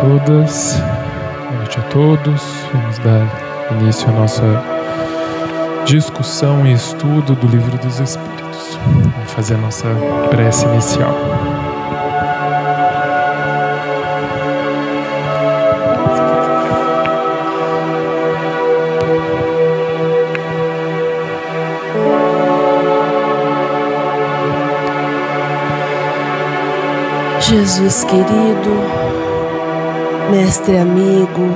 todas, boa noite a todos. Vamos dar início à nossa discussão e estudo do Livro dos Espíritos. Vamos fazer a nossa prece inicial. Jesus querido, mestre amigo,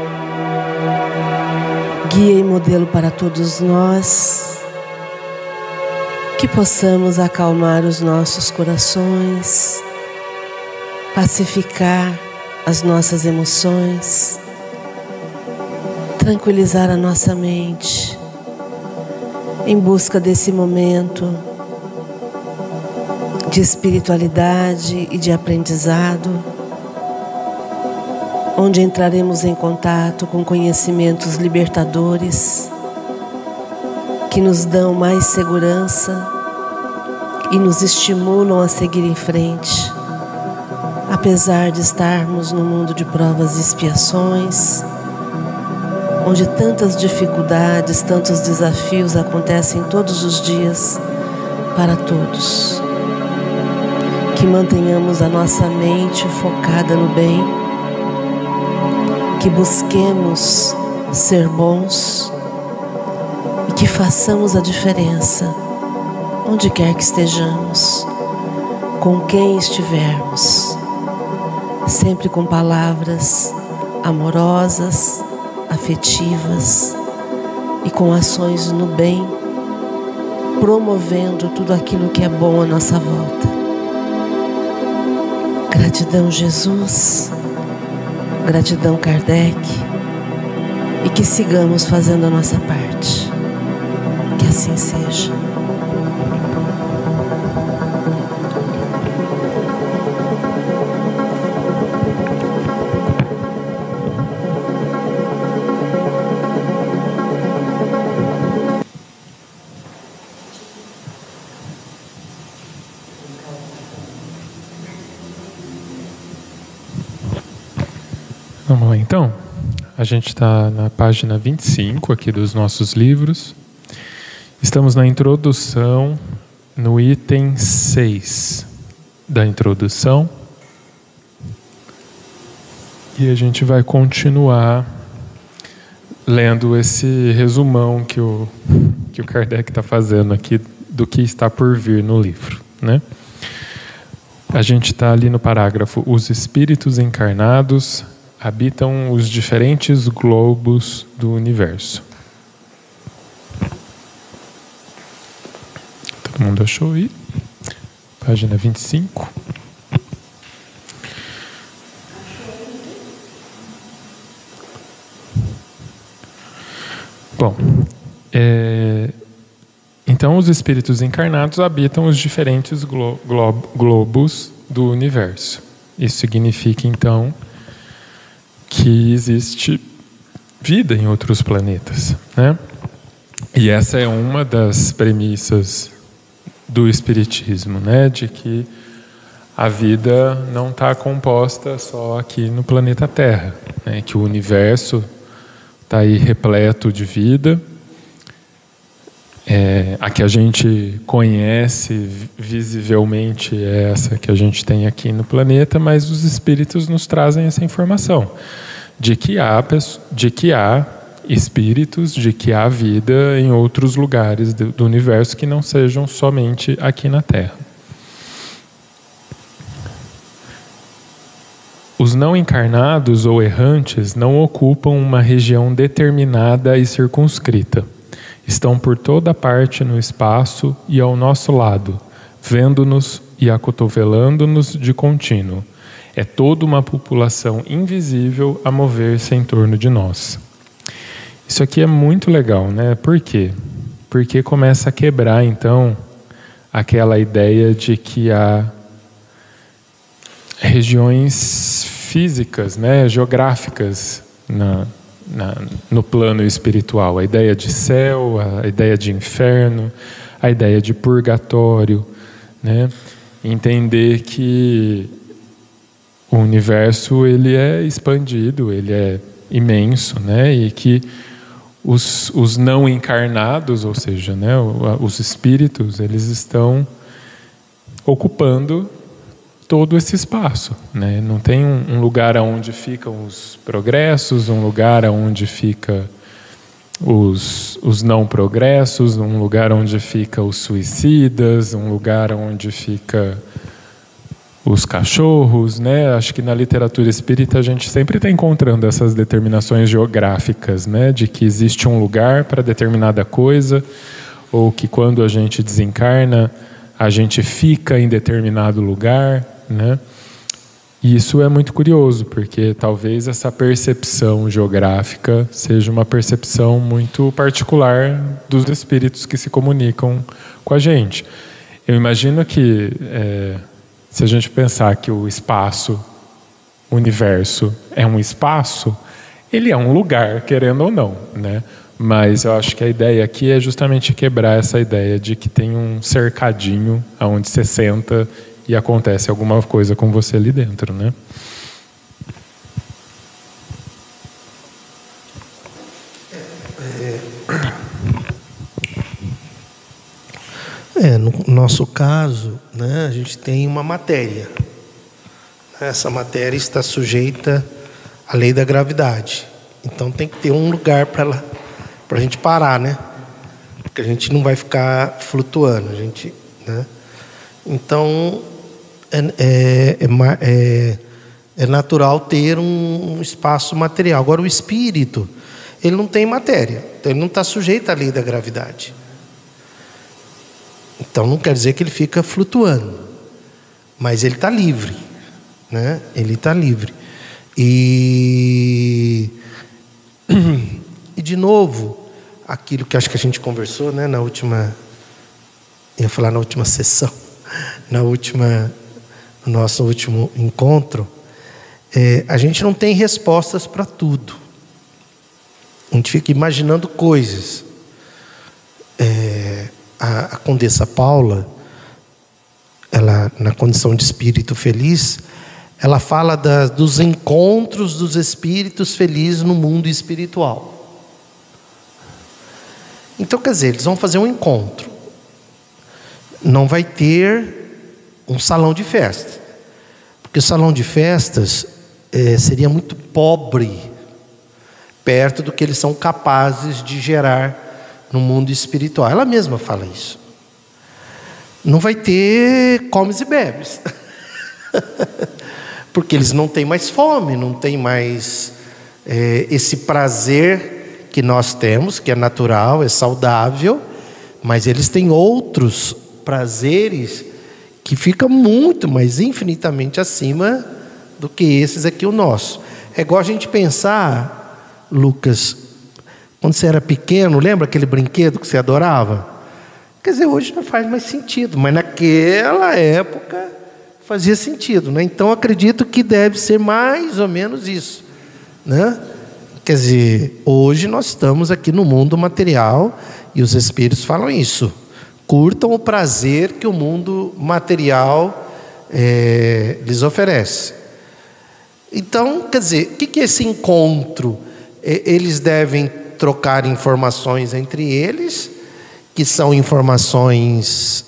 guia e modelo para todos nós, que possamos acalmar os nossos corações, pacificar as nossas emoções, tranquilizar a nossa mente, em busca desse momento de espiritualidade e de aprendizado, onde entraremos em contato com conhecimentos libertadores que nos dão mais segurança e nos estimulam a seguir em frente, apesar de estarmos num mundo de provas e expiações, onde tantas dificuldades, tantos desafios acontecem todos os dias para todos. Que mantenhamos a nossa mente focada no bem, que busquemos ser bons e que façamos a diferença onde quer que estejamos, com quem estivermos, sempre com palavras amorosas, afetivas e com ações no bem, promovendo tudo aquilo que é bom à nossa volta. Gratidão, Jesus, gratidão, Kardec, e que sigamos fazendo a nossa parte. Que assim seja. Vamos lá então, a gente está na página 25 aqui dos nossos livros, estamos na introdução, no item 6 da introdução, e a gente vai continuar lendo esse resumão que o Kardec está fazendo aqui do que está por vir no livro, né? A gente está ali no parágrafo: os espíritos encarnados habitam os diferentes globos do universo. Todo mundo achou aí? Página 25. Bom, então os espíritos encarnados habitam os diferentes globos do universo. Isso significa, então, que existe vida em outros planetas, né? E essa é uma das premissas do Espiritismo, né? De que a vida não está composta só aqui no planeta Terra, né? Que o universo está aí repleto de vida. A que a gente conhece visivelmente é essa que a gente tem aqui no planeta, mas os espíritos nos trazem essa informação de que há espíritos, de que há vida em outros lugares do universo que não sejam somente aqui na Terra. Os não encarnados ou errantes não ocupam uma região determinada e circunscrita. Estão por toda parte no espaço e ao nosso lado, vendo-nos e acotovelando-nos de contínuo. É toda uma população invisível a mover-se em torno de nós. Isso aqui é muito legal, né? Por quê? Porque começa a quebrar, então, aquela ideia de que há regiões físicas, né, geográficas no plano espiritual. A ideia de céu, a ideia de inferno, a ideia de purgatório, né? Entender que o universo ele é expandido, ele é imenso, né? E que os não encarnados, ou seja, né, os espíritos, eles estão ocupando todo esse espaço, né? Não tem um lugar onde ficam os progressos, um lugar onde fica os não progressos, um lugar onde fica os suicidas, um lugar onde fica os cachorros, né? Acho que na literatura espírita a gente sempre está encontrando essas determinações geográficas, né? De que existe um lugar para determinada coisa, ou que quando a gente desencarna, a gente fica em determinado lugar, né? E isso é muito curioso, porque talvez essa percepção geográfica seja uma percepção muito particular dos espíritos que se comunicam com a gente. Eu imagino que, se a gente pensar que o espaço, o universo, é um espaço, ele é um lugar, querendo ou não, né? Mas eu acho que a ideia aqui é justamente quebrar essa ideia de que tem um cercadinho aonde você senta e acontece alguma coisa com você ali dentro, né? No nosso caso, né, a gente tem uma matéria. Essa matéria está sujeita à lei da gravidade. Então tem que ter um lugar para a gente parar, né? Porque a gente não vai ficar flutuando, né? Então é natural ter um espaço material. Agora o espírito, ele não tem matéria, então ele não está sujeito à lei da gravidade. Então não quer dizer que ele fica flutuando, mas ele está livre, né? Ele está livre. E de novo, aquilo que acho que a gente conversou, né, na última sessão, no nosso último encontro, a gente não tem respostas para tudo. A gente fica imaginando coisas. A Condessa Paula, ela, na condição de espírito feliz, ela fala dos encontros dos espíritos felizes no mundo espiritual. Então, quer dizer, eles vão fazer um encontro. Não vai ter um salão de festa, porque o salão de festas seria muito pobre perto do que eles são capazes de gerar no mundo espiritual. Ela mesma fala isso. Não vai ter comes e bebes, porque eles não têm mais fome, não têm mais esse prazer que nós temos, que é natural, é saudável, mas eles têm outros prazeres que ficam muito, mas infinitamente acima do que esses aqui, o nosso. É igual a gente pensar, Lucas, quando você era pequeno, lembra aquele brinquedo que você adorava? Quer dizer, hoje não faz mais sentido, mas naquela época fazia sentido, né? Então acredito que deve ser mais ou menos isso, né? Quer dizer, hoje nós estamos aqui no mundo material e os espíritos falam isso. Curtam o prazer que o mundo material lhes oferece. Então, quer dizer, o que é esse encontro? Eles devem trocar informações entre eles, que são informações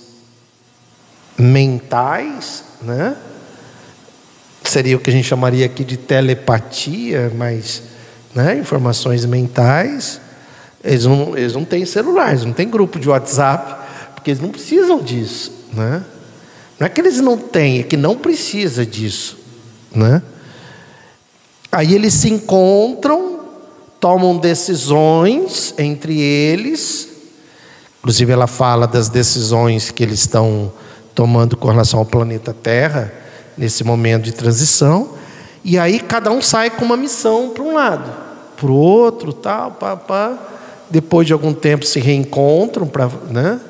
mentais, né? Seria o que a gente chamaria aqui de telepatia, mas, né, informações mentais. Eles não têm celular, eles não têm grupo de WhatsApp, porque eles não precisam disso, né? Não é que eles não têm, é que não precisa disso, né? Aí eles se encontram, tomam decisões entre eles. Inclusive ela fala das decisões que eles estão tomando com relação ao planeta Terra nesse momento de transição. E aí cada um sai com uma missão para um lado, para o outro, tal, pá. Depois de algum tempo se reencontram, né?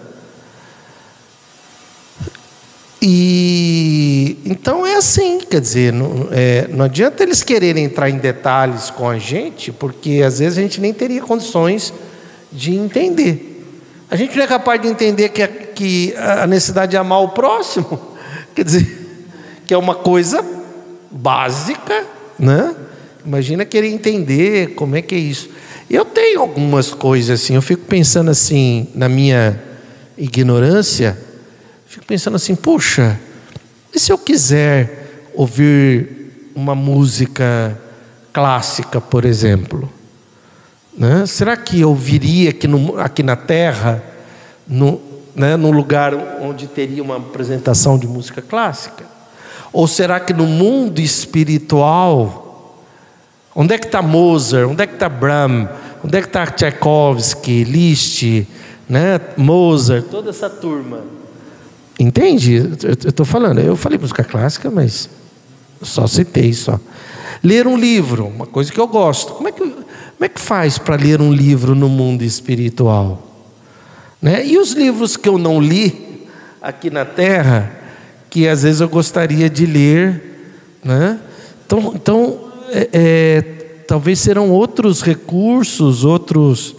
E então é assim, quer dizer, não adianta eles quererem entrar em detalhes com a gente, porque às vezes a gente nem teria condições de entender. A gente não é capaz de entender que a necessidade de amar o próximo, quer dizer, que é uma coisa básica, né? Imagina querer entender como é que é isso. Eu tenho algumas coisas assim, eu fico pensando assim, na minha ignorância, fico pensando assim, puxa, e se eu quiser ouvir uma música clássica, por exemplo, né? Será que eu ouviria aqui na Terra, num lugar onde teria uma apresentação de música clássica? Ou será que no mundo espiritual, onde é que está Mozart, onde é que está Brahms, onde é que está Tchaikovsky, Liszt, né? Mozart, toda essa turma? Entende? Eu estou falando, eu falei música clássica, mas só citei só. Ler um livro, uma coisa que eu gosto. Como é que faz para ler um livro no mundo espiritual? Né? E os livros que eu não li aqui na Terra, que às vezes eu gostaria de ler, né? Então talvez serão outros recursos, outros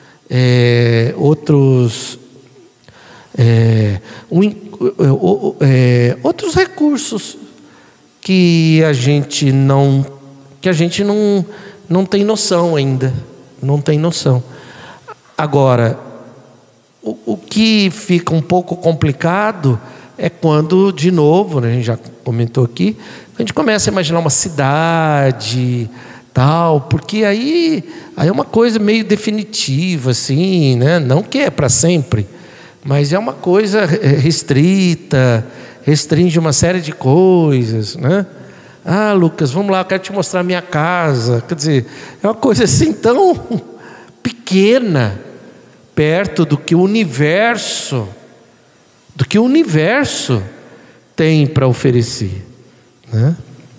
recursos que a gente não tem noção ainda, não tem noção. Agora, o que fica um pouco complicado é quando, de novo, né, a gente já comentou aqui, a gente começa a imaginar uma cidade, tal, porque aí é uma coisa meio definitiva, assim, né? Não que é para sempre, mas é uma coisa restrita, restringe uma série de coisas, né? Ah, Lucas, vamos lá, eu quero te mostrar a minha casa. Quer dizer, é uma coisa assim tão pequena, perto do que o universo tem para oferecer, né?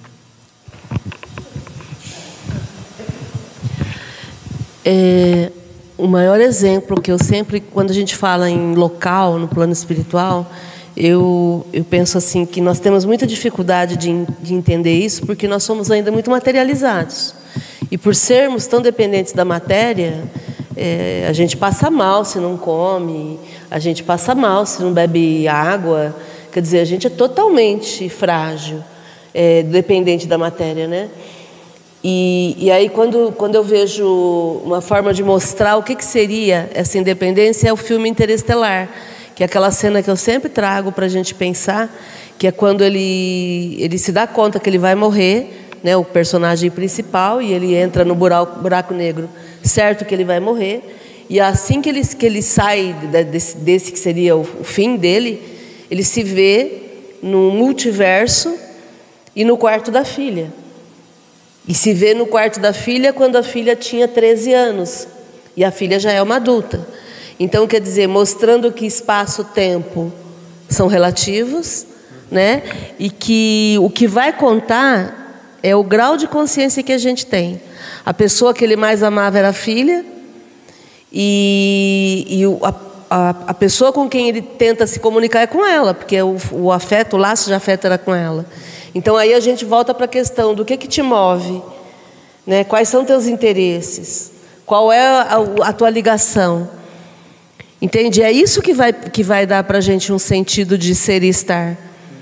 O maior exemplo que eu sempre, quando a gente fala em local, no plano espiritual, eu penso assim, que nós temos muita dificuldade de entender isso, porque nós somos ainda muito materializados. E por sermos tão dependentes da matéria, a gente passa mal se não come, a gente passa mal se não bebe água. Quer dizer, a gente é totalmente frágil, dependente da matéria, né? E aí, quando eu vejo uma forma de mostrar o que seria essa independência, é o filme Interestelar, que é aquela cena que eu sempre trago para a gente pensar, que é quando ele se dá conta que ele vai morrer, né, o personagem principal, e ele entra no buraco negro, certo que ele vai morrer, e assim que ele sai desse que seria o fim dele, ele se vê no multiverso e no quarto da filha. E se vê no quarto da filha quando a filha tinha 13 anos, e a filha já é uma adulta. Então, quer dizer, mostrando que espaço e tempo são relativos, né? E que o que vai contar é o grau de consciência que a gente tem. A pessoa que ele mais amava era a filha, e a pessoa com quem ele tenta se comunicar é com ela, porque o afeto, o laço de afeto era com ela. Então, aí a gente volta para a questão do que te move, né? Quais são teus interesses? Qual é a tua ligação? Entende? É isso que vai dar para a gente um sentido de ser e estar.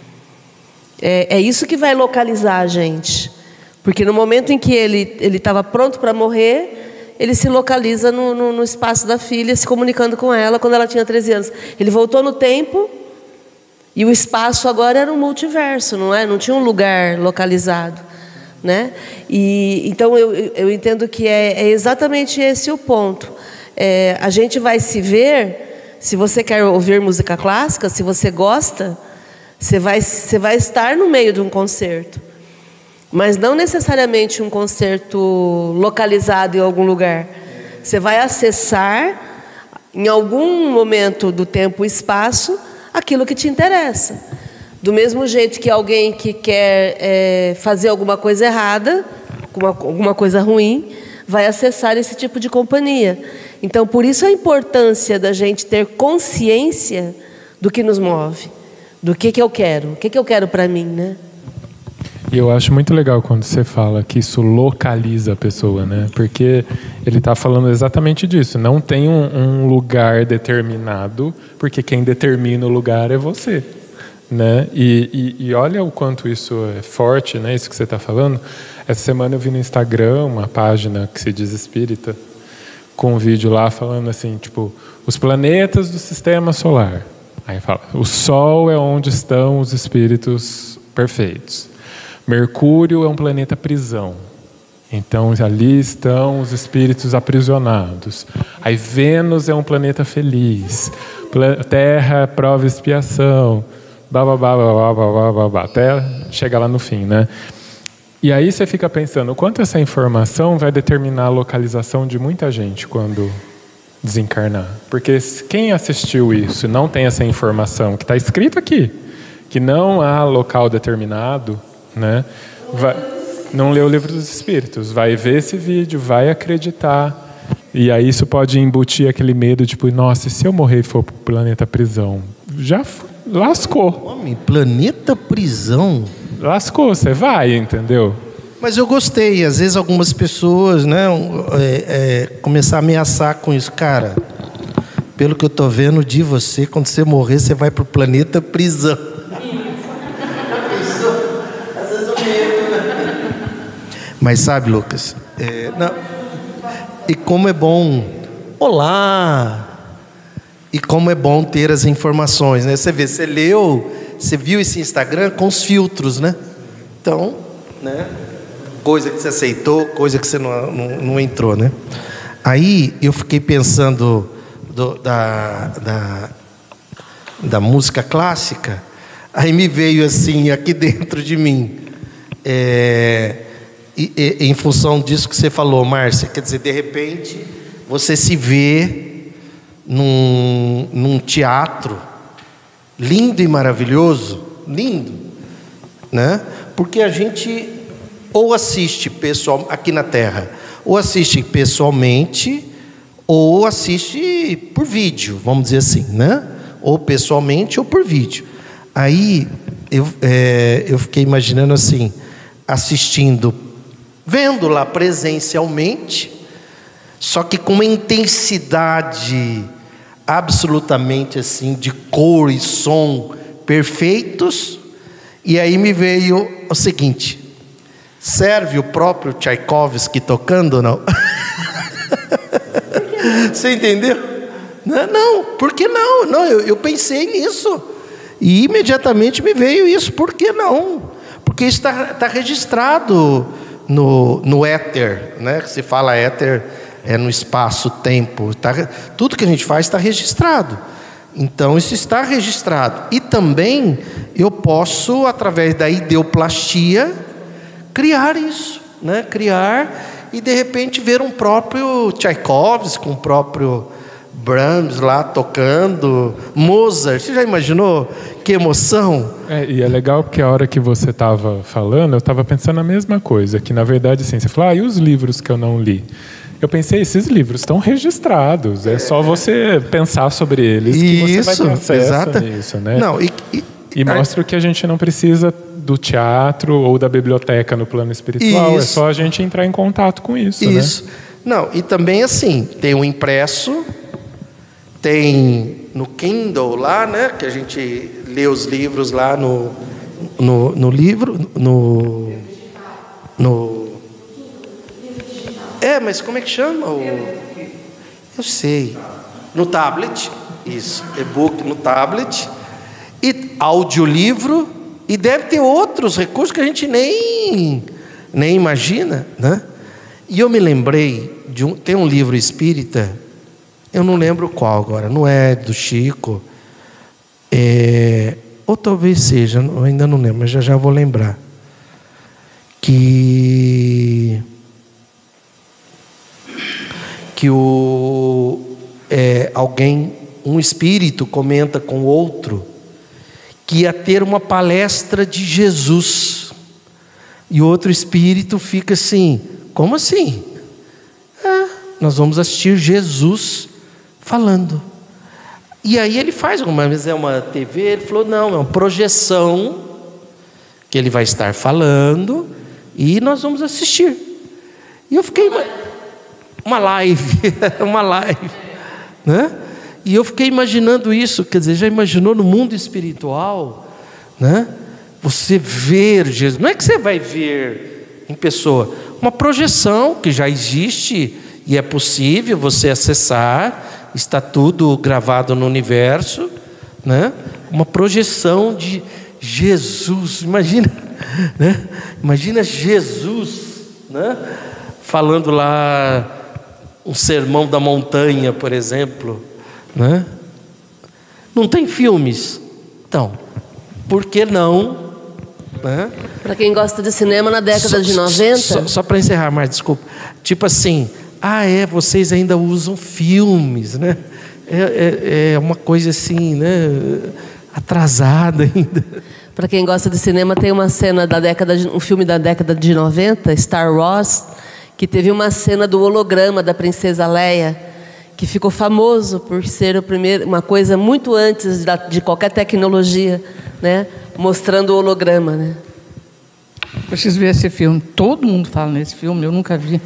É isso que vai localizar a gente. Porque no momento em que ele estava pronto para morrer, ele se localiza no espaço da filha, se comunicando com ela quando ela tinha 13 anos. Ele voltou no tempo, e o espaço agora era um multiverso, não é? Não tinha um lugar localizado, né? E então eu entendo que é exatamente esse o ponto. A gente vai se ver, se você quer ouvir música clássica, se você gosta, você vai estar no meio de um concerto, mas não necessariamente um concerto localizado em algum lugar. Você vai acessar, em algum momento do tempo e espaço, aquilo que te interessa. Do mesmo jeito que alguém que quer fazer alguma coisa errada, alguma coisa ruim, vai acessar esse tipo de companhia. Então, por isso a importância da gente ter consciência do que nos move, do que eu quero, o que eu quero para mim, né? E eu acho muito legal quando você fala que isso localiza a pessoa, né? Porque ele está falando exatamente disso. Não tem um lugar determinado, porque quem determina o lugar é você, né? E olha o quanto isso é forte, né? Isso que você está falando. Essa semana eu vi no Instagram uma página que se diz espírita, com um vídeo lá falando assim, tipo, os planetas do sistema solar. Aí fala, o Sol é onde estão os espíritos perfeitos. Mercúrio é um planeta prisão. Então, ali estão os espíritos aprisionados. Aí, Vênus é um planeta feliz. Terra, prova e expiação. Até chegar lá no fim, né? E aí você fica pensando, o quanto essa informação vai determinar a localização de muita gente quando desencarnar. Porque quem assistiu isso e não tem essa informação, que está escrito aqui, que não há local determinado, né? Não leu o Livro dos Espíritos, vai ver esse vídeo, vai acreditar. E aí isso pode embutir aquele medo, tipo, nossa, e se eu morrer e for pro planeta prisão? Já lascou. Homem, planeta prisão? Lascou, você vai, entendeu? Mas eu gostei, às vezes algumas pessoas, né, começar a ameaçar com isso. Cara, pelo que eu tô vendo de você, quando você morrer, você vai pro planeta prisão. Mas sabe, Lucas, e como é bom, olá, e como é bom ter as informações, né? Você vê, você leu, você viu esse Instagram com os filtros, né? Então, né? Coisa que você aceitou, coisa que você não entrou, né? Aí eu fiquei pensando da música clássica, aí me veio assim, aqui dentro de mim, em função disso que você falou, Márcia, quer dizer, de repente você se vê num teatro lindo e maravilhoso, lindo, né? Porque a gente ou assiste aqui na Terra, ou assiste pessoalmente, ou assiste por vídeo, vamos dizer assim, né? Ou pessoalmente ou por vídeo. Aí eu fiquei imaginando assim, vendo lá presencialmente, só que com uma intensidade absolutamente assim, de cor e som perfeitos. E aí me veio o seguinte: serve o próprio Tchaikovsky tocando ou não? Você entendeu? Não, por que não? Não, eu pensei nisso e imediatamente me veio isso. Por que não? Porque isso está registrado no éter, né? Se fala éter, é no espaço-tempo. Tudo que a gente faz está registrado. Então isso está registrado. E também eu posso, através da ideoplastia, criar isso, né? Criar e de repente ver um próprio Tchaikovsky, um próprio Brahms lá tocando, Mozart. Você já imaginou que emoção? E é legal porque a hora que você estava falando, eu estava pensando a mesma coisa, que na verdade assim, você falou, e os livros que eu não li? Eu pensei, esses livros estão registrados, é só você pensar sobre eles que você vai ter acesso nisso, né? Não, e mostra que a gente não precisa do teatro ou da biblioteca no plano espiritual, é só a gente entrar em contato com isso, né? Não, e também assim, tem o impresso, tem no Kindle lá, né? Que a gente lê os livros lá no livro, mas como é que chama? Eu sei. No tablet, isso, e-book no tablet, e audiolivro, e deve ter outros recursos que a gente nem imagina, né? E eu me lembrei tem um livro espírita, eu não lembro qual agora, não é do Chico, ou talvez seja, eu ainda não lembro, mas já vou lembrar, que um espírito comenta com outro que ia ter uma palestra de Jesus, e o outro espírito fica assim, como assim? Nós vamos assistir Jesus falando. E aí ele faz, mas é uma TV, ele falou, não, é uma projeção que ele vai estar falando e nós vamos assistir. E eu fiquei uma live, né? E eu fiquei imaginando isso, quer dizer, já imaginou no mundo espiritual, né? Você ver Jesus, não é que você vai ver em pessoa, uma projeção que já existe e é possível você acessar, está tudo gravado no universo, né? Uma projeção de Jesus, imagina, né? Imagina Jesus, né? Falando lá um sermão da montanha, por exemplo, né? Não tem filmes, então, por que não? Né? Para quem gosta de cinema, na década de 90... Só para encerrar, mas desculpa. Tipo assim, vocês ainda usam filmes, né? É uma coisa assim, né? Atrasada ainda. Para quem gosta de cinema, tem uma cena um filme da década de 90, Star Wars, que teve uma cena do holograma da princesa Leia, que ficou famoso por ser uma coisa muito antes de qualquer tecnologia, né? Mostrando o holograma, né? Preciso ver esse filme. Todo mundo fala nesse filme, eu nunca vi.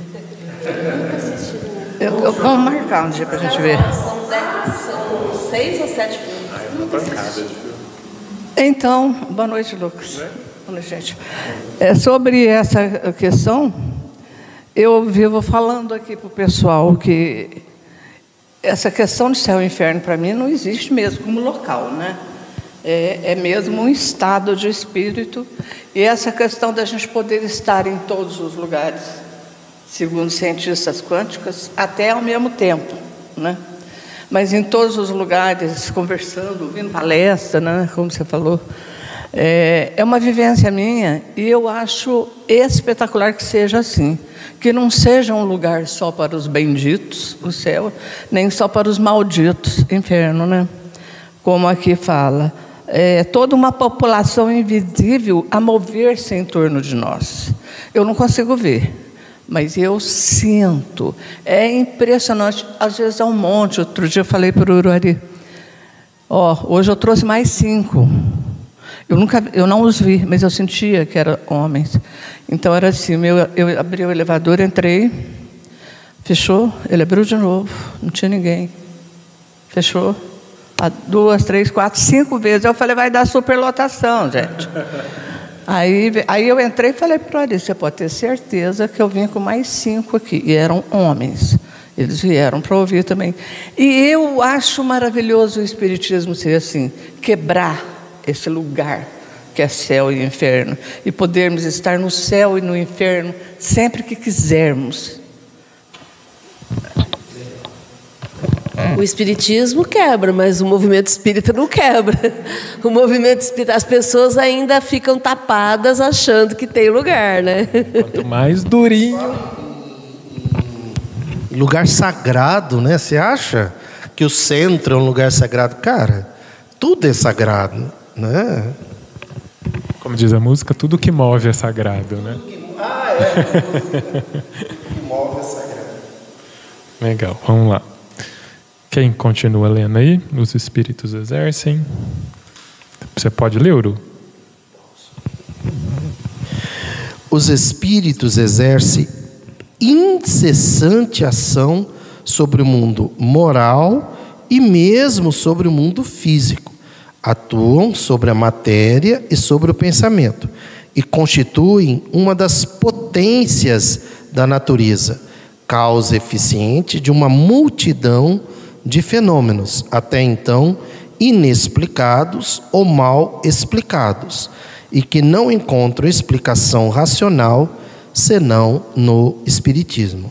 Vamos marcar um dia para a gente ver. São 6 ou 7 filmes. Então, boa noite, Lucas. Boa noite, gente. Sobre essa questão, eu vivo falando aqui para o pessoal que essa questão de céu e inferno, para mim, não existe mesmo como local, né? É mesmo um estado de espírito. E essa questão da gente poder estar em todos os lugares, segundo cientistas quânticos, até ao mesmo tempo, né? Mas em todos os lugares, conversando, ouvindo palestra, né? Como você falou, é uma vivência minha, e eu acho espetacular que seja assim, que não seja um lugar só para os benditos, o céu, nem só para os malditos, inferno, né? Como aqui fala, toda uma população invisível a mover-se em torno de nós. Eu não consigo ver, mas eu sinto. É impressionante. Às vezes é um monte. Outro dia eu falei para o Uruari, hoje eu trouxe mais 5. Eu não os vi, mas eu sentia que eram homens. Então era assim, eu abri o elevador, entrei, fechou, ele abriu de novo, não tinha ninguém. Fechou. 2, 3, 4, 5 vezes. Eu falei, vai dar superlotação, gente. Aí eu entrei e falei para o Ari, você pode ter certeza que eu vim com mais 5 aqui. E eram homens. Eles vieram para ouvir também. E eu acho maravilhoso o Espiritismo ser assim, quebrar esse lugar que é céu e inferno, e podermos estar no céu e no inferno sempre que quisermos. O espiritismo quebra, mas o movimento espírita não quebra. O movimento espírita, as pessoas ainda ficam tapadas achando que tem lugar, né? Quanto mais durinho. Lugar sagrado, né? Você acha que o centro é um lugar sagrado? Cara, tudo é sagrado, né? Como diz a música, tudo que move é sagrado, né? Tudo que move é sagrado. Legal, vamos lá. Quem continua lendo aí? Os espíritos exercem. Você pode ler, Uru? Os espíritos exercem incessante ação sobre o mundo moral e mesmo sobre o mundo físico. Atuam sobre a matéria e sobre o pensamento e constituem uma das potências da natureza, causa eficiente de uma multidão de fenômenos, até então inexplicados ou mal explicados, e que não encontram explicação racional senão no Espiritismo.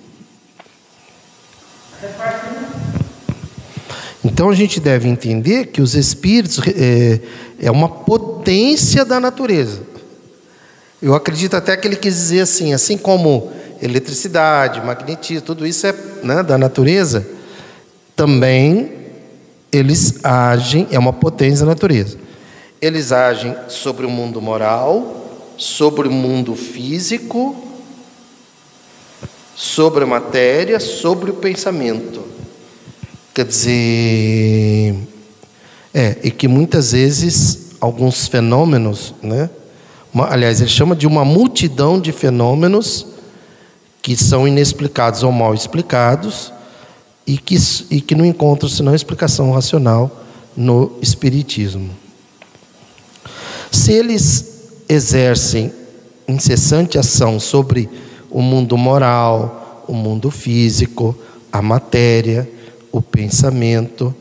Então a gente deve entender que os espíritos é uma potência da natureza. Eu acredito até que ele quis dizer assim como eletricidade, magnetismo, tudo isso é, né, da natureza, também eles agem, é uma potência da natureza. Eles agem sobre o mundo moral, sobre o mundo físico, sobre a matéria, sobre o pensamento. Quer dizer, e que muitas vezes alguns fenômenos, né? Aliás, ele chama de uma multidão de fenômenos que são inexplicados ou mal explicados e que não encontram senão explicação racional no Espiritismo. Se eles exercem incessante ação sobre o mundo moral, o mundo físico, a matéria, o pensamento,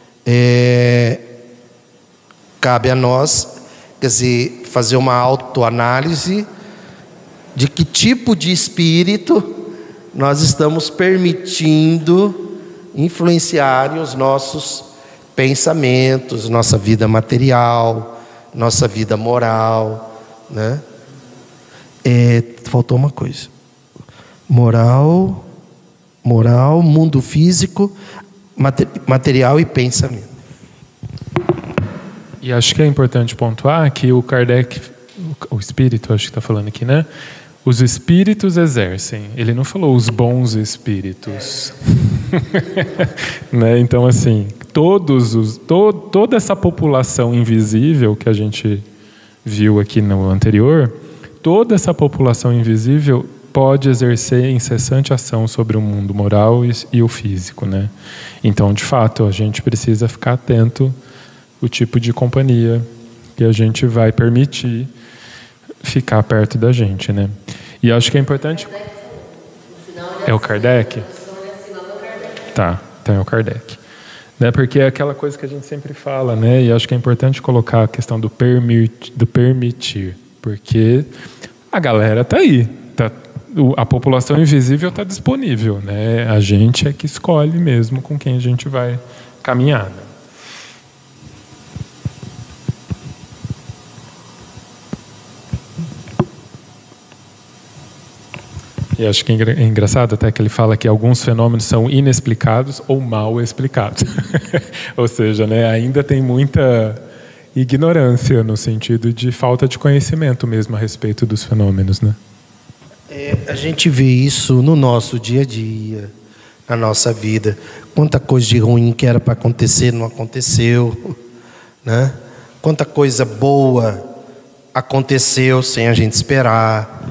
cabe a nós, quer dizer, fazer uma autoanálise de que tipo de espírito nós estamos permitindo influenciarem os nossos pensamentos, nossa vida material, nossa vida moral, né? Faltou uma coisa: moral, mundo físico, material e pensamento. E acho que é importante pontuar que o Kardec, o espírito, acho que está falando aqui, né? Os espíritos exercem. Ele não falou os bons espíritos. Né? Então, assim, toda essa população invisível que a gente viu aqui no anterior, toda essa população invisível pode exercer incessante ação sobre o mundo moral e o físico, né? Então, de fato, a gente precisa ficar atento o tipo de companhia que a gente vai permitir ficar perto da gente, né? E acho que é importante... É o Kardec? Tá, então é o Kardec. Né? Porque é aquela coisa que a gente sempre fala, né? E acho que é importante colocar a questão do permitir. Porque a galera está aí. A população invisível está disponível, né? A gente é que escolhe mesmo com quem a gente vai caminhar, né? E acho que é engraçado até que ele fala que alguns fenômenos são inexplicados ou mal explicados. Ou seja, né, ainda tem muita ignorância no sentido de falta de conhecimento mesmo a respeito dos fenômenos, né? A gente vê isso no nosso dia a dia, na nossa vida. Quanta coisa de ruim que era para acontecer não aconteceu, né? Quanta coisa boa aconteceu sem a gente esperar.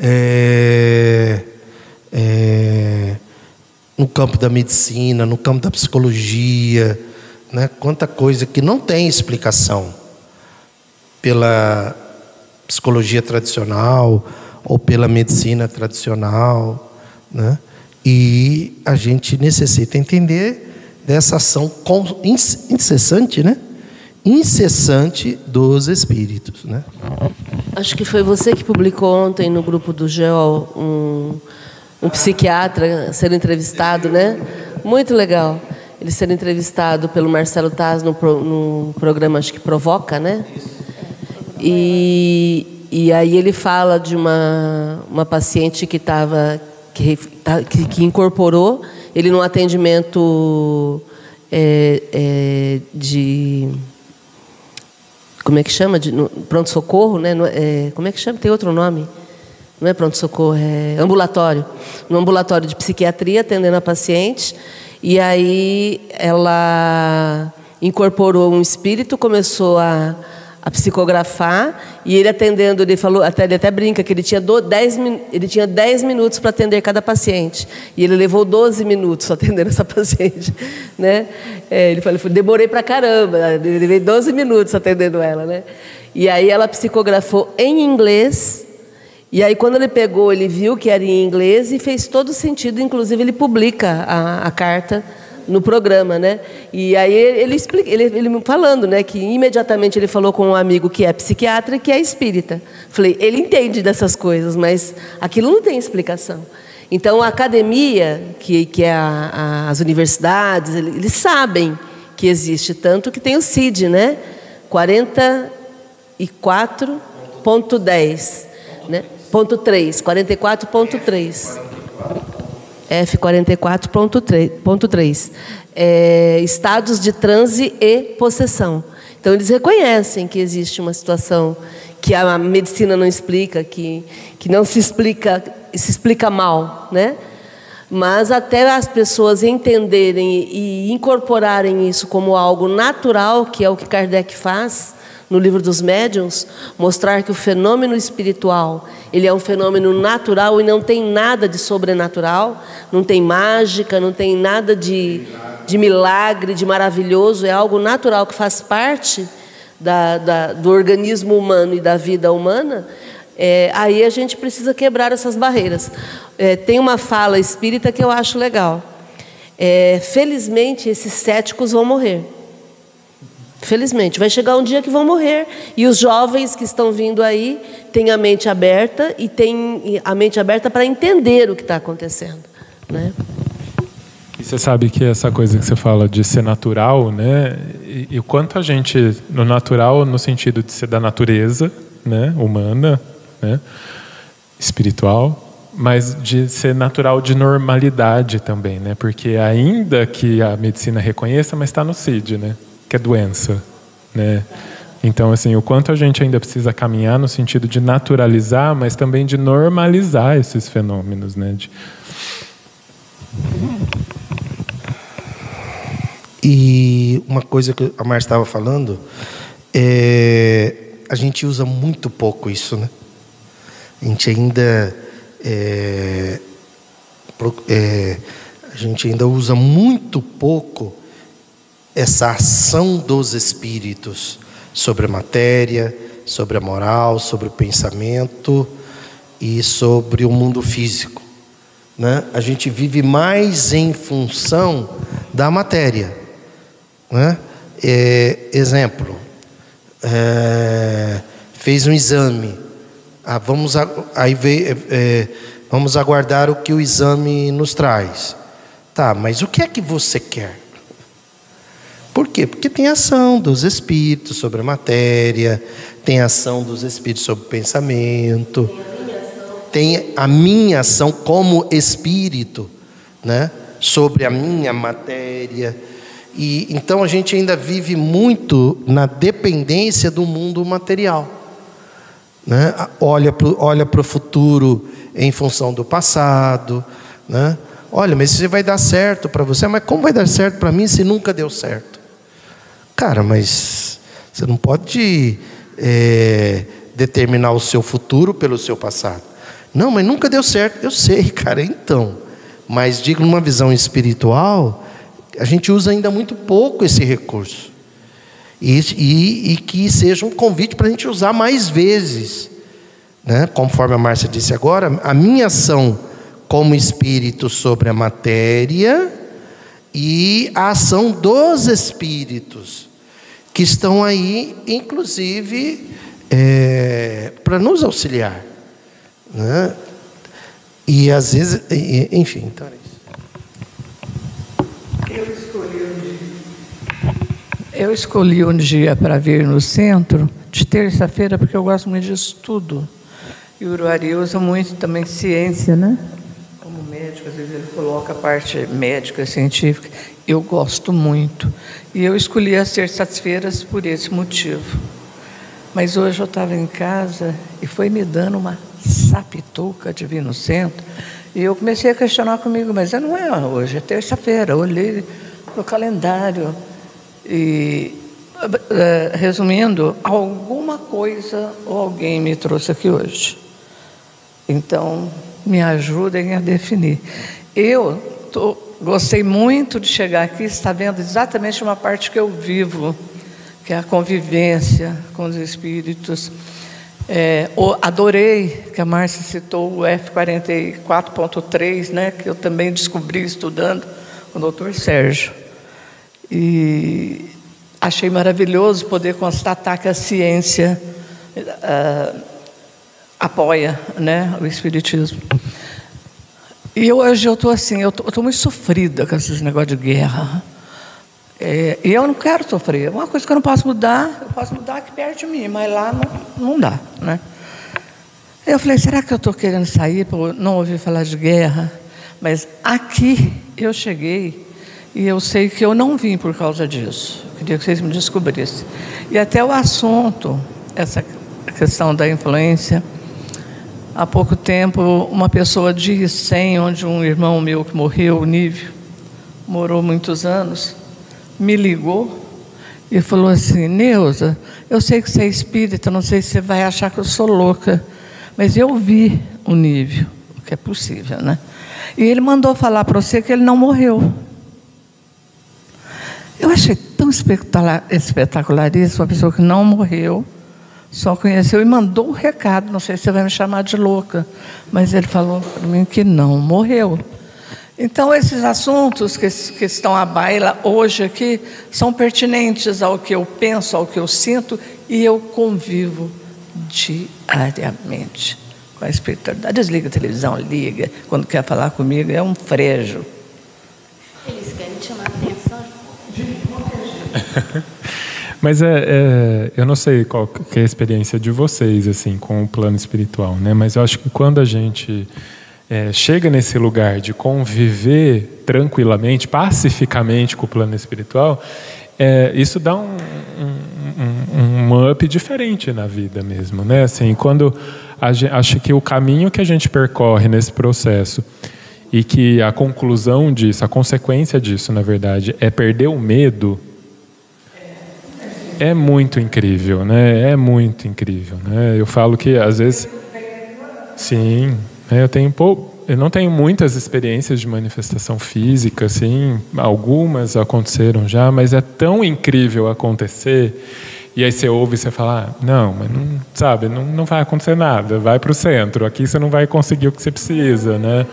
No campo da medicina, no campo da psicologia, né? Quanta coisa que não tem explicação pela psicologia tradicional ou pela medicina tradicional, né? E a gente necessita entender dessa ação incessante, né? Incessante dos espíritos, né? Acho que foi você que publicou ontem no grupo do GEOL um psiquiatra sendo entrevistado, né? Muito legal. Ele sendo entrevistado pelo Marcelo Taz no programa, acho que Provoca, né? E aí ele fala de uma paciente que incorporou ele num atendimento de... Como é que chama? Pronto-socorro, né? Como é que chama? Tem outro nome. Não é pronto-socorro, é ambulatório. No ambulatório de psiquiatria, atendendo a paciente. E aí ela incorporou um espírito, começou a psicografar, e ele atendendo, ele até brinca que ele tinha 10 minutos para atender cada paciente. E ele levou 12 minutos atendendo essa paciente, né? Ele falou, demorei pra caramba, levei 12 minutos atendendo ela, né? E aí ela psicografou em inglês, e aí quando ele pegou, ele viu que era em inglês e fez todo sentido, inclusive ele publica a carta no programa, né? E aí ele explica, ele falando, né, que imediatamente ele falou com um amigo que é psiquiatra e que é espírita. Falei, ele entende dessas coisas, mas aquilo não tem explicação. Então a academia, que é as universidades, eles sabem que existe, tanto que tem o CID, né? 44.10, né? Ponto 3, 44.3. F44.3, estados de transe e possessão. Então, eles reconhecem que existe uma situação que a medicina não explica, que não se explica mal, né? Mas até as pessoas entenderem e incorporarem isso como algo natural, que é o que Kardec faz no Livro dos Médiuns, mostrar que o fenômeno espiritual, ele é um fenômeno natural e não tem nada de sobrenatural, não tem mágica, não tem nada de milagre, de maravilhoso, é algo natural que faz parte do organismo humano e da vida humana, aí a gente precisa quebrar essas barreiras. Tem uma fala espírita que eu acho legal. Felizmente, esses céticos vão morrer. Felizmente, vai chegar um dia que vão morrer. E os jovens que estão vindo aí têm a mente aberta e têm a mente aberta para entender o que está acontecendo, né? E você sabe que essa coisa que você fala de ser natural, né? E o quanto a gente, no natural, no sentido de ser da natureza, né? Humana, né? Espiritual, mas de ser natural de normalidade também, né? Porque ainda que a medicina reconheça, mas está no CID, né? Que é doença, né? Então, assim, o quanto a gente ainda precisa caminhar no sentido de naturalizar, mas também de normalizar esses fenômenos, né? E uma coisa que a Márcia estava falando, a gente usa muito pouco isso, né? A gente ainda usa muito pouco essa ação dos espíritos sobre a matéria, sobre a moral, sobre o pensamento e sobre o mundo físico, né? A gente vive mais em função da matéria, né? Exemplo, fez um exame, vamos aguardar o que o exame nos traz. Tá, mas o que é que você quer? Por quê? Porque tem ação dos espíritos sobre a matéria, tem ação dos espíritos sobre o pensamento, tem a minha ação como espírito, né? Sobre a minha matéria. E então a gente ainda vive muito na dependência do mundo material, né? Olha para o futuro em função do passado, né? Olha, mas isso vai dar certo para você. Mas como vai dar certo para mim se nunca deu certo? Cara, mas você não pode determinar o seu futuro pelo seu passado. Não, mas nunca deu certo. Eu sei, cara, então. Mas digo, numa visão espiritual, a gente usa ainda muito pouco esse recurso. E que seja um convite para a gente usar mais vezes, né? Conforme a Márcia disse agora, a minha ação como espírito sobre a matéria e a ação dos espíritos que estão aí, inclusive, para nos auxiliar, né? E às vezes, enfim, então é isso. Eu escolhi um dia para vir no centro de terça-feira porque eu gosto muito de estudo. E o Uruari usa muito também ciência, né? Como médico, às vezes ele coloca a parte médica, científica. Eu gosto muito. E eu escolhi as terças-feiras por esse motivo. Mas hoje eu estava em casa e foi me dando uma sapituca de vir no centro. E eu comecei a questionar comigo, mas não é hoje, é terça-feira. Eu olhei no calendário e, resumindo, alguma coisa ou alguém me trouxe aqui hoje. Então, me ajudem a definir. Gostei muito de chegar aqui, está vendo exatamente uma parte que eu vivo, que é a convivência com os espíritos. Adorei que a Márcia citou o F44.3, né, que eu também descobri estudando com o Dr. Sérgio. E achei maravilhoso poder constatar que a ciência apoia, né, o espiritismo. E hoje eu estou assim, eu estou muito sofrida com esses negócios de guerra. E eu não quero sofrer. Uma coisa que eu não posso mudar, eu posso mudar aqui perto de mim, mas lá não dá, né? Eu falei, será que eu estou querendo sair para não ouvir falar de guerra? Mas aqui eu cheguei e eu sei que eu não vim por causa disso. Eu queria que vocês me descobrissem. E até o assunto, essa questão da influência. Há pouco tempo, uma pessoa de Icém, onde um irmão meu que morreu, o Nívio, morou muitos anos, me ligou e falou assim, Neuza, eu sei que você é espírita, não sei se você vai achar que eu sou louca, mas eu vi o Nívio, o que é possível, né? E ele mandou falar para você que ele não morreu. Eu achei tão espetacularíssimo, uma pessoa que não morreu, só conheceu e mandou um recado. Não sei se você vai me chamar de louca, mas ele falou para mim que não morreu. Então, esses assuntos que estão à baila hoje aqui são pertinentes ao que eu penso, ao que eu sinto, e eu convivo diariamente com a espiritualidade. Desliga a televisão, liga, quando quer falar comigo, é um frejo. Eles querem te chamar a atenção. Mas eu não sei qual que é a experiência de vocês assim, com o plano espiritual, né? Mas eu acho que quando a gente chega nesse lugar de conviver tranquilamente, pacificamente com o plano espiritual, isso dá um up diferente na vida mesmo, né? Assim, quando acho que o caminho que a gente percorre nesse processo e que a conclusão disso, a consequência disso, na verdade, é perder o medo, é muito incrível, né? É muito incrível, né? Eu falo que às vezes, sim, eu não tenho muitas experiências de manifestação física, assim, algumas aconteceram já, mas é tão incrível acontecer. E aí você ouve e você fala, não, mas não, sabe, não vai acontecer nada, vai para o centro, aqui você não vai conseguir o que você precisa, né?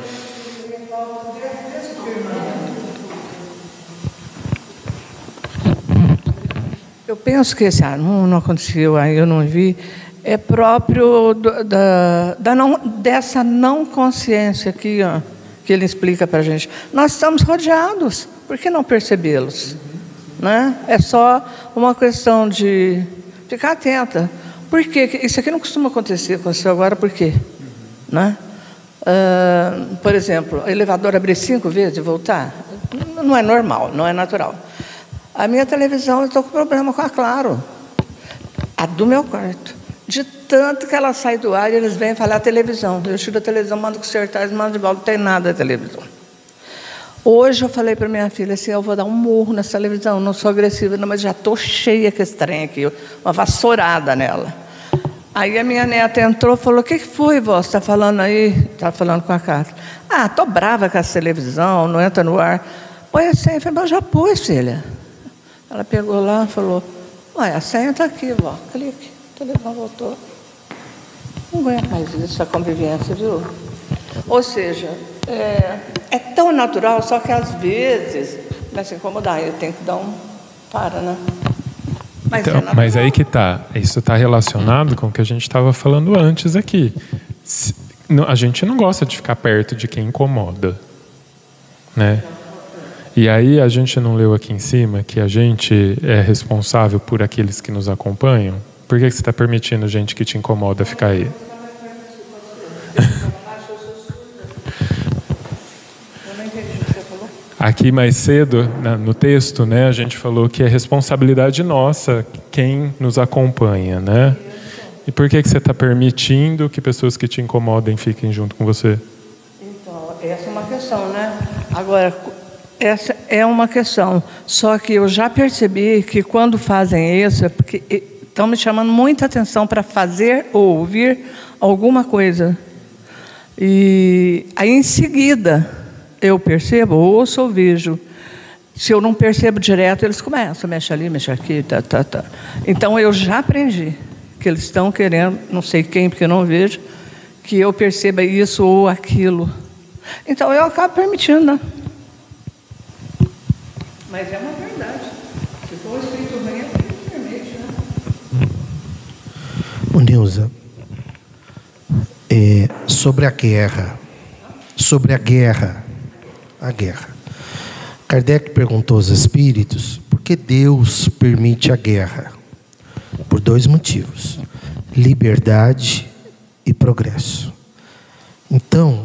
Eu penso que esse não aconteceu, aí eu não vi, é próprio dessa não consciência aqui, ó, que ele explica para a gente. Nós estamos rodeados, por que não percebê-los? Né? É só uma questão de ficar atenta. Por quê? Isso aqui não costuma acontecer, aconteceu agora por quê? Né? Por exemplo, o elevador abrir 5 vezes e voltar, não é normal, não é natural. A minha televisão, eu estou com problema com a Claro, a do meu quarto. De tanto que ela sai do ar e eles vêm falar a televisão. Eu tiro a televisão, mando consertar, eles mandam de volta, não tem nada da televisão. Hoje eu falei para minha filha assim, eu vou dar um murro nessa televisão, não sou agressiva, não, mas já estou cheia com esse trem aqui, uma vassourada nela. Aí a minha neta entrou e falou, o que foi, vó? Você está falando aí? Estava falando com a Cátia. Estou brava com essa televisão, não entra no ar. Põe a senha. Eu falei, mas já pus, filha. Ela pegou lá e falou, ué, a senha está aqui, vó, clique. A televisão voltou. Não aguento mais isso, a convivência, viu? Ou seja, é tão natural, só que às vezes começa a incomodar, eu tenho que dar um para, né? Mas, então, mas aí que está, isso está relacionado com o que a gente estava falando antes aqui. A gente não gosta de ficar perto de quem incomoda, né? E aí a gente não leu aqui em cima que a gente é responsável por aqueles que nos acompanham? Por que você está permitindo gente que te incomoda ficar aí? Aqui mais cedo, no texto, né, a gente falou que é responsabilidade nossa quem nos acompanha, né? E por que você está permitindo que pessoas que te incomodem fiquem junto com você? Então, essa é uma questão, né? Agora, essa é uma questão. Só que eu já percebi que quando fazem isso, é porque estão me chamando muita atenção para fazer ou ouvir alguma coisa. E aí, em seguida, eu percebo, ouço ou vejo. Se eu não percebo direto, eles começam, mexe ali, mexe aqui, tá. Então, eu já aprendi que eles estão querendo, não sei quem, porque eu não vejo, que eu perceba isso ou aquilo. Então, eu acabo permitindo, né? Mas é uma verdade. Se for o Espírito vem, permite, né? Ô, Neuza, sobre a guerra. A guerra. Kardec perguntou aos espíritos por que Deus permite a guerra. Por 2 motivos: liberdade e progresso. Então,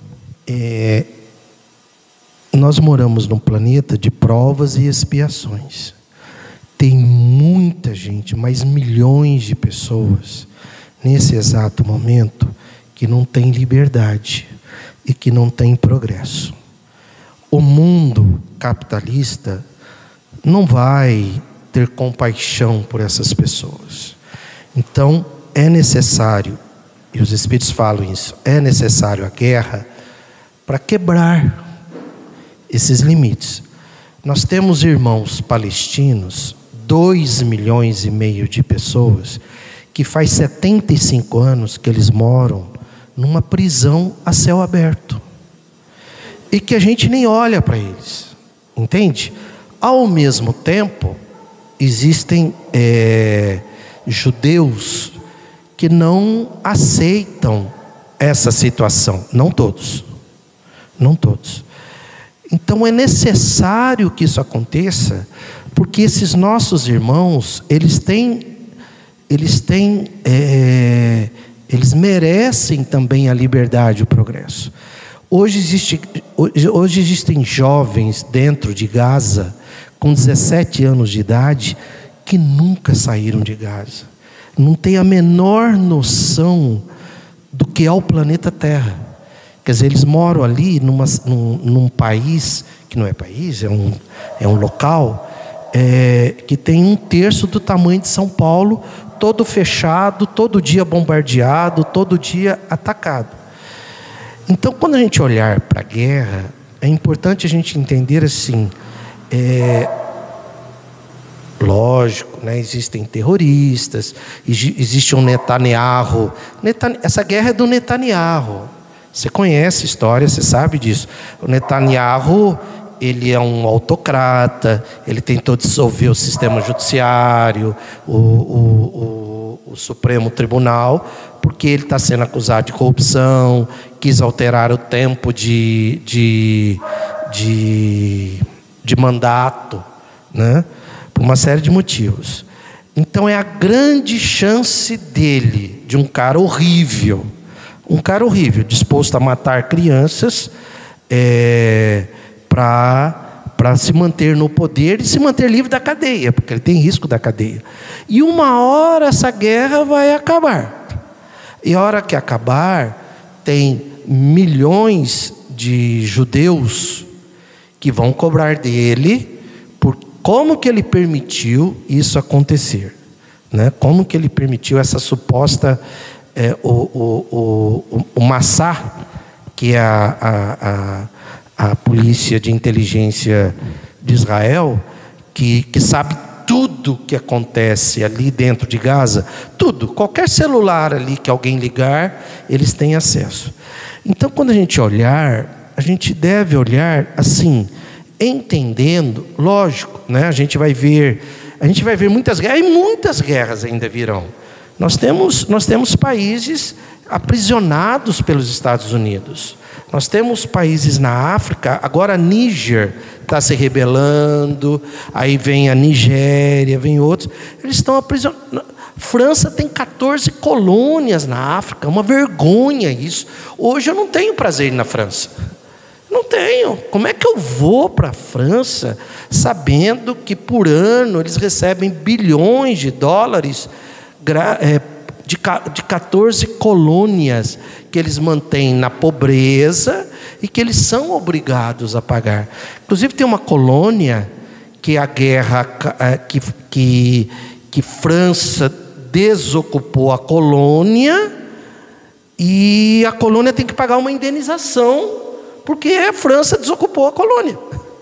nós moramos num planeta de provas e expiações. Tem muita gente, mas milhões de pessoas, nesse exato momento, que não tem liberdade e que não tem progresso. O mundo capitalista não vai ter compaixão por essas pessoas. Então, é necessário, e os Espíritos falam isso, é necessário a guerra para quebrar esses limites. Nós temos irmãos palestinos, 2,5 milhões de pessoas, que faz 75 anos que eles moram numa prisão a céu aberto. E que a gente nem olha para eles, entende? Ao mesmo tempo, existem judeus que não aceitam essa situação. Não todos. Não todos. Então é necessário que isso aconteça, porque esses nossos irmãos, eles merecem também a liberdade e o progresso. Hoje existem jovens dentro de Gaza, com 17 anos de idade, que nunca saíram de Gaza. Não têm a menor noção do que é o planeta Terra. Quer dizer, eles moram ali num país, que não é país, é um local, que tem 1/3 do tamanho de São Paulo, todo fechado, todo dia bombardeado, todo dia atacado. Então, quando a gente olhar para a guerra, é importante a gente entender assim, lógico, né, existem terroristas, existe um Netanyahu. Essa guerra é do Netanyahu. Você conhece a história, você sabe disso. O Netanyahu, ele é um autocrata, ele tentou dissolver o sistema judiciário, o Supremo Tribunal, porque ele está sendo acusado de corrupção, quis alterar o tempo de mandato, né? Por uma série de motivos. Então é a grande chance dele, de um cara horrível, disposto a matar crianças, para se manter no poder e se manter livre da cadeia, porque ele tem risco da cadeia. E uma hora essa guerra vai acabar. E a hora que acabar, tem milhões de judeus que vão cobrar dele por como que ele permitiu isso acontecer, né? Como que ele permitiu essa suposta o Mossad, que é a polícia de inteligência de Israel, que sabe tudo que acontece ali dentro de Gaza, tudo, qualquer celular ali que alguém ligar, eles têm acesso. Então, quando a gente olhar, a gente deve olhar assim, entendendo, lógico, né? A gente vai ver muitas guerras, e muitas guerras ainda virão. Nós temos países aprisionados pelos Estados Unidos. Nós temos países na África, agora Níger está se rebelando, aí vem a Nigéria, vem outros, eles estão aprisionados. França tem 14 colônias na África, uma vergonha isso. Hoje eu não tenho prazer na França. Não tenho. Como é que eu vou para a França sabendo que por ano eles recebem bilhões de dólares de 14 colônias que eles mantêm na pobreza e que eles são obrigados a pagar? Inclusive tem uma colônia que a guerra, que França desocupou a colônia, e a colônia tem que pagar uma indenização porque a França desocupou a colônia.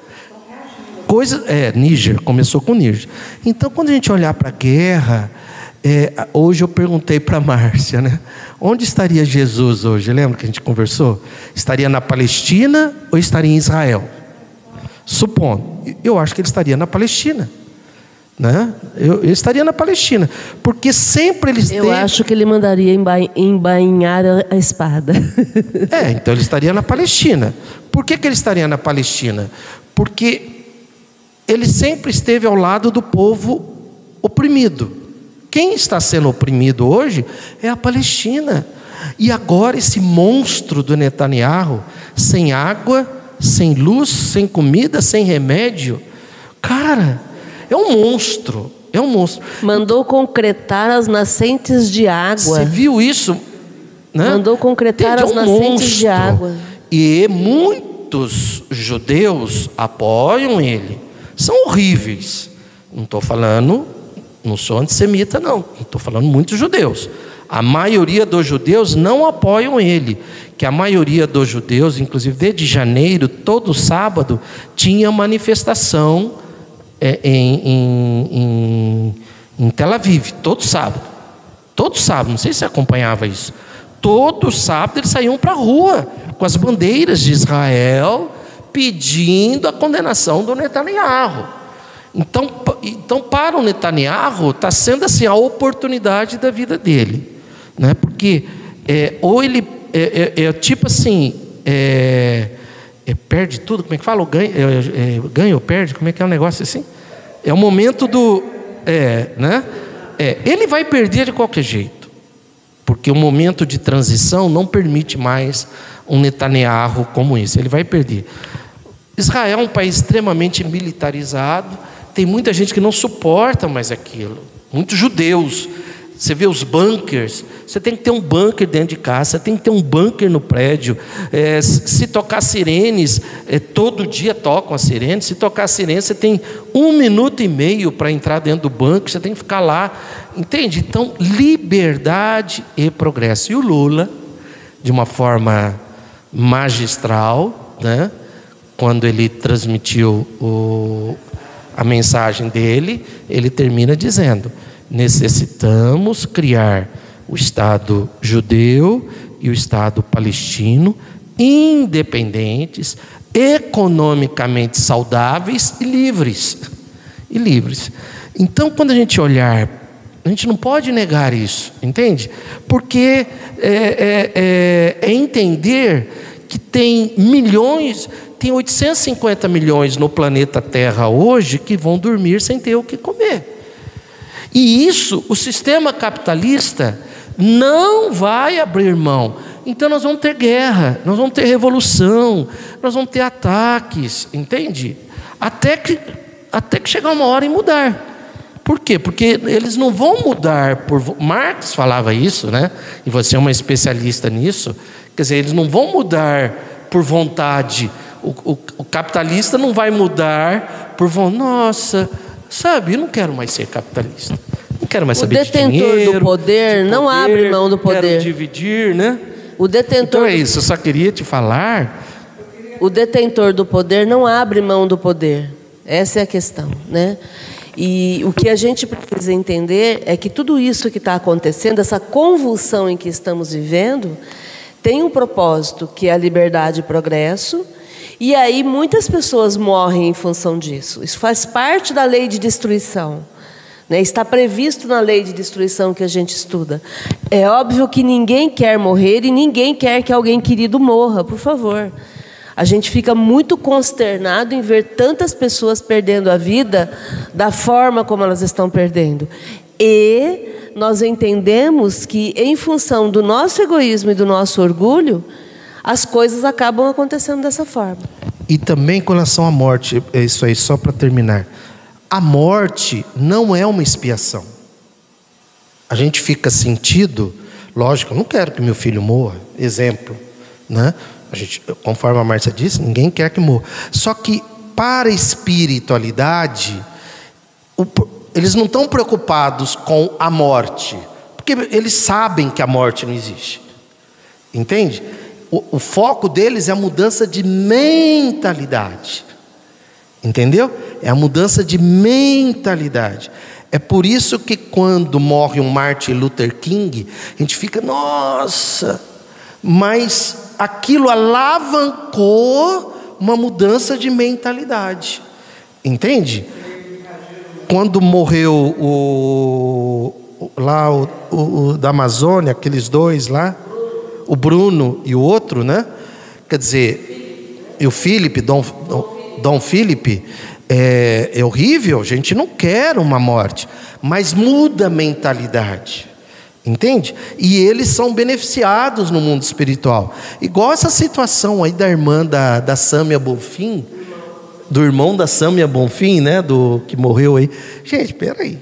Níger, começou com Níger. Então, quando a gente olhar para a guerra, hoje eu perguntei para a Márcia, né? Onde estaria Jesus hoje? Lembra que a gente conversou? Estaria na Palestina ou estaria em Israel? Supondo, eu acho que ele estaria na Palestina, né? Eu estaria na Palestina, porque sempre eles têm... Eu acho que ele mandaria embainhar a espada. Então ele estaria na Palestina. Por que ele estaria na Palestina? Porque ele sempre esteve ao lado do povo oprimido. Quem está sendo oprimido hoje é a Palestina. E agora esse monstro do Netanyahu, sem água, sem luz, sem comida, sem remédio, cara, é um monstro. Mandou concretar as nascentes de água. Você viu isso? Né? Mandou concretar as nascentes de água. E muitos judeus apoiam ele. São horríveis. Não estou falando, não sou antissemita, não. Estou falando muitos judeus A maioria dos judeus não apoiam ele, que a maioria dos judeus, inclusive desde janeiro, todo sábado, tinha manifestação em Tel Aviv, todo sábado, não sei se você acompanhava isso. Todo sábado eles saíam para a rua com as bandeiras de Israel, pedindo a condenação do Netanyahu. Então para o Netanyahu está sendo assim a oportunidade da vida dele, né? Porque ou ele tipo assim, perde tudo, como é que fala? Ganha ou perde, como é que é um negócio assim? É o momento do né? Ele vai perder de qualquer jeito, porque o momento de transição não permite mais um Netanyahu como esse. Ele vai perder. Israel é um país extremamente militarizado. Tem muita gente que não suporta mais aquilo. Muitos judeus. Você vê os bunkers. Você tem que ter um bunker dentro de casa. Você tem que ter um bunker no prédio. Se tocar sirenes, todo dia tocam as sirenes. Se tocar sirenes, você tem 1 minuto e meio para entrar dentro do bunker. Você tem que ficar lá. Entende? Então, liberdade e progresso. E o Lula, de uma forma magistral, né? Quando ele transmitiu a mensagem dele, ele termina dizendo: necessitamos criar o Estado judeu e o Estado palestino independentes, economicamente saudáveis e livres. Então, quando a gente olhar, a gente não pode negar isso, entende? Porque é entender que tem milhões... Tem 850 milhões no planeta Terra hoje que vão dormir sem ter o que comer. E isso, o sistema capitalista não vai abrir mão. Então nós vamos ter guerra, nós vamos ter revolução, nós vamos ter ataques, entende? Até que chegar uma hora e mudar. Por quê? Porque eles não vão mudar Marx falava isso, né? E você é uma especialista nisso. Quer dizer, eles não vão mudar por vontade. O capitalista não vai mudar por vontade. Nossa, sabe, eu não quero mais ser capitalista. Não quero mais saber de dinheiro. O detentor do poder não abre mão do poder. Quero dividir, né? Então é isso, eu só queria te falar. O detentor do poder não abre mão do poder. Essa é a questão, né? E o que a gente precisa entender é que tudo isso que está acontecendo, essa convulsão em que estamos vivendo, tem um propósito, que é a liberdade e progresso. E aí muitas pessoas morrem em função disso. Isso faz parte da lei de destruição, né? Está previsto na lei de destruição que a gente estuda. É óbvio que ninguém quer morrer e ninguém quer que alguém querido morra, por favor. A gente fica muito consternado em ver tantas pessoas perdendo a vida da forma como elas estão perdendo. E nós entendemos que, em função do nosso egoísmo e do nosso orgulho, as coisas acabam acontecendo dessa forma. E também com relação à morte, é isso aí, só para terminar. A morte não é uma expiação. A gente fica sentido, lógico, eu não quero que meu filho morra, exemplo, né? A gente, conforme a Márcia disse, ninguém quer que morra. Só que para a espiritualidade, eles não estão preocupados com a morte, porque eles sabem que a morte não existe. Entende? O foco deles é a mudança de mentalidade. Entendeu? É a mudança de mentalidade. É por isso que quando morre um Martin Luther King, a gente fica, nossa, mas aquilo alavancou uma mudança de mentalidade. Entende? Quando morreu o da Amazônia, aqueles dois lá, o Bruno e o outro, né? Quer dizer, e o Felipe, Dom Felipe, é horrível, a gente não quer uma morte, mas muda a mentalidade, entende? E eles são beneficiados no mundo espiritual. Igual essa situação aí da irmã da Sâmia Bonfim, do irmão da Sâmia Bonfim, né? Do que morreu aí. Gente, peraí.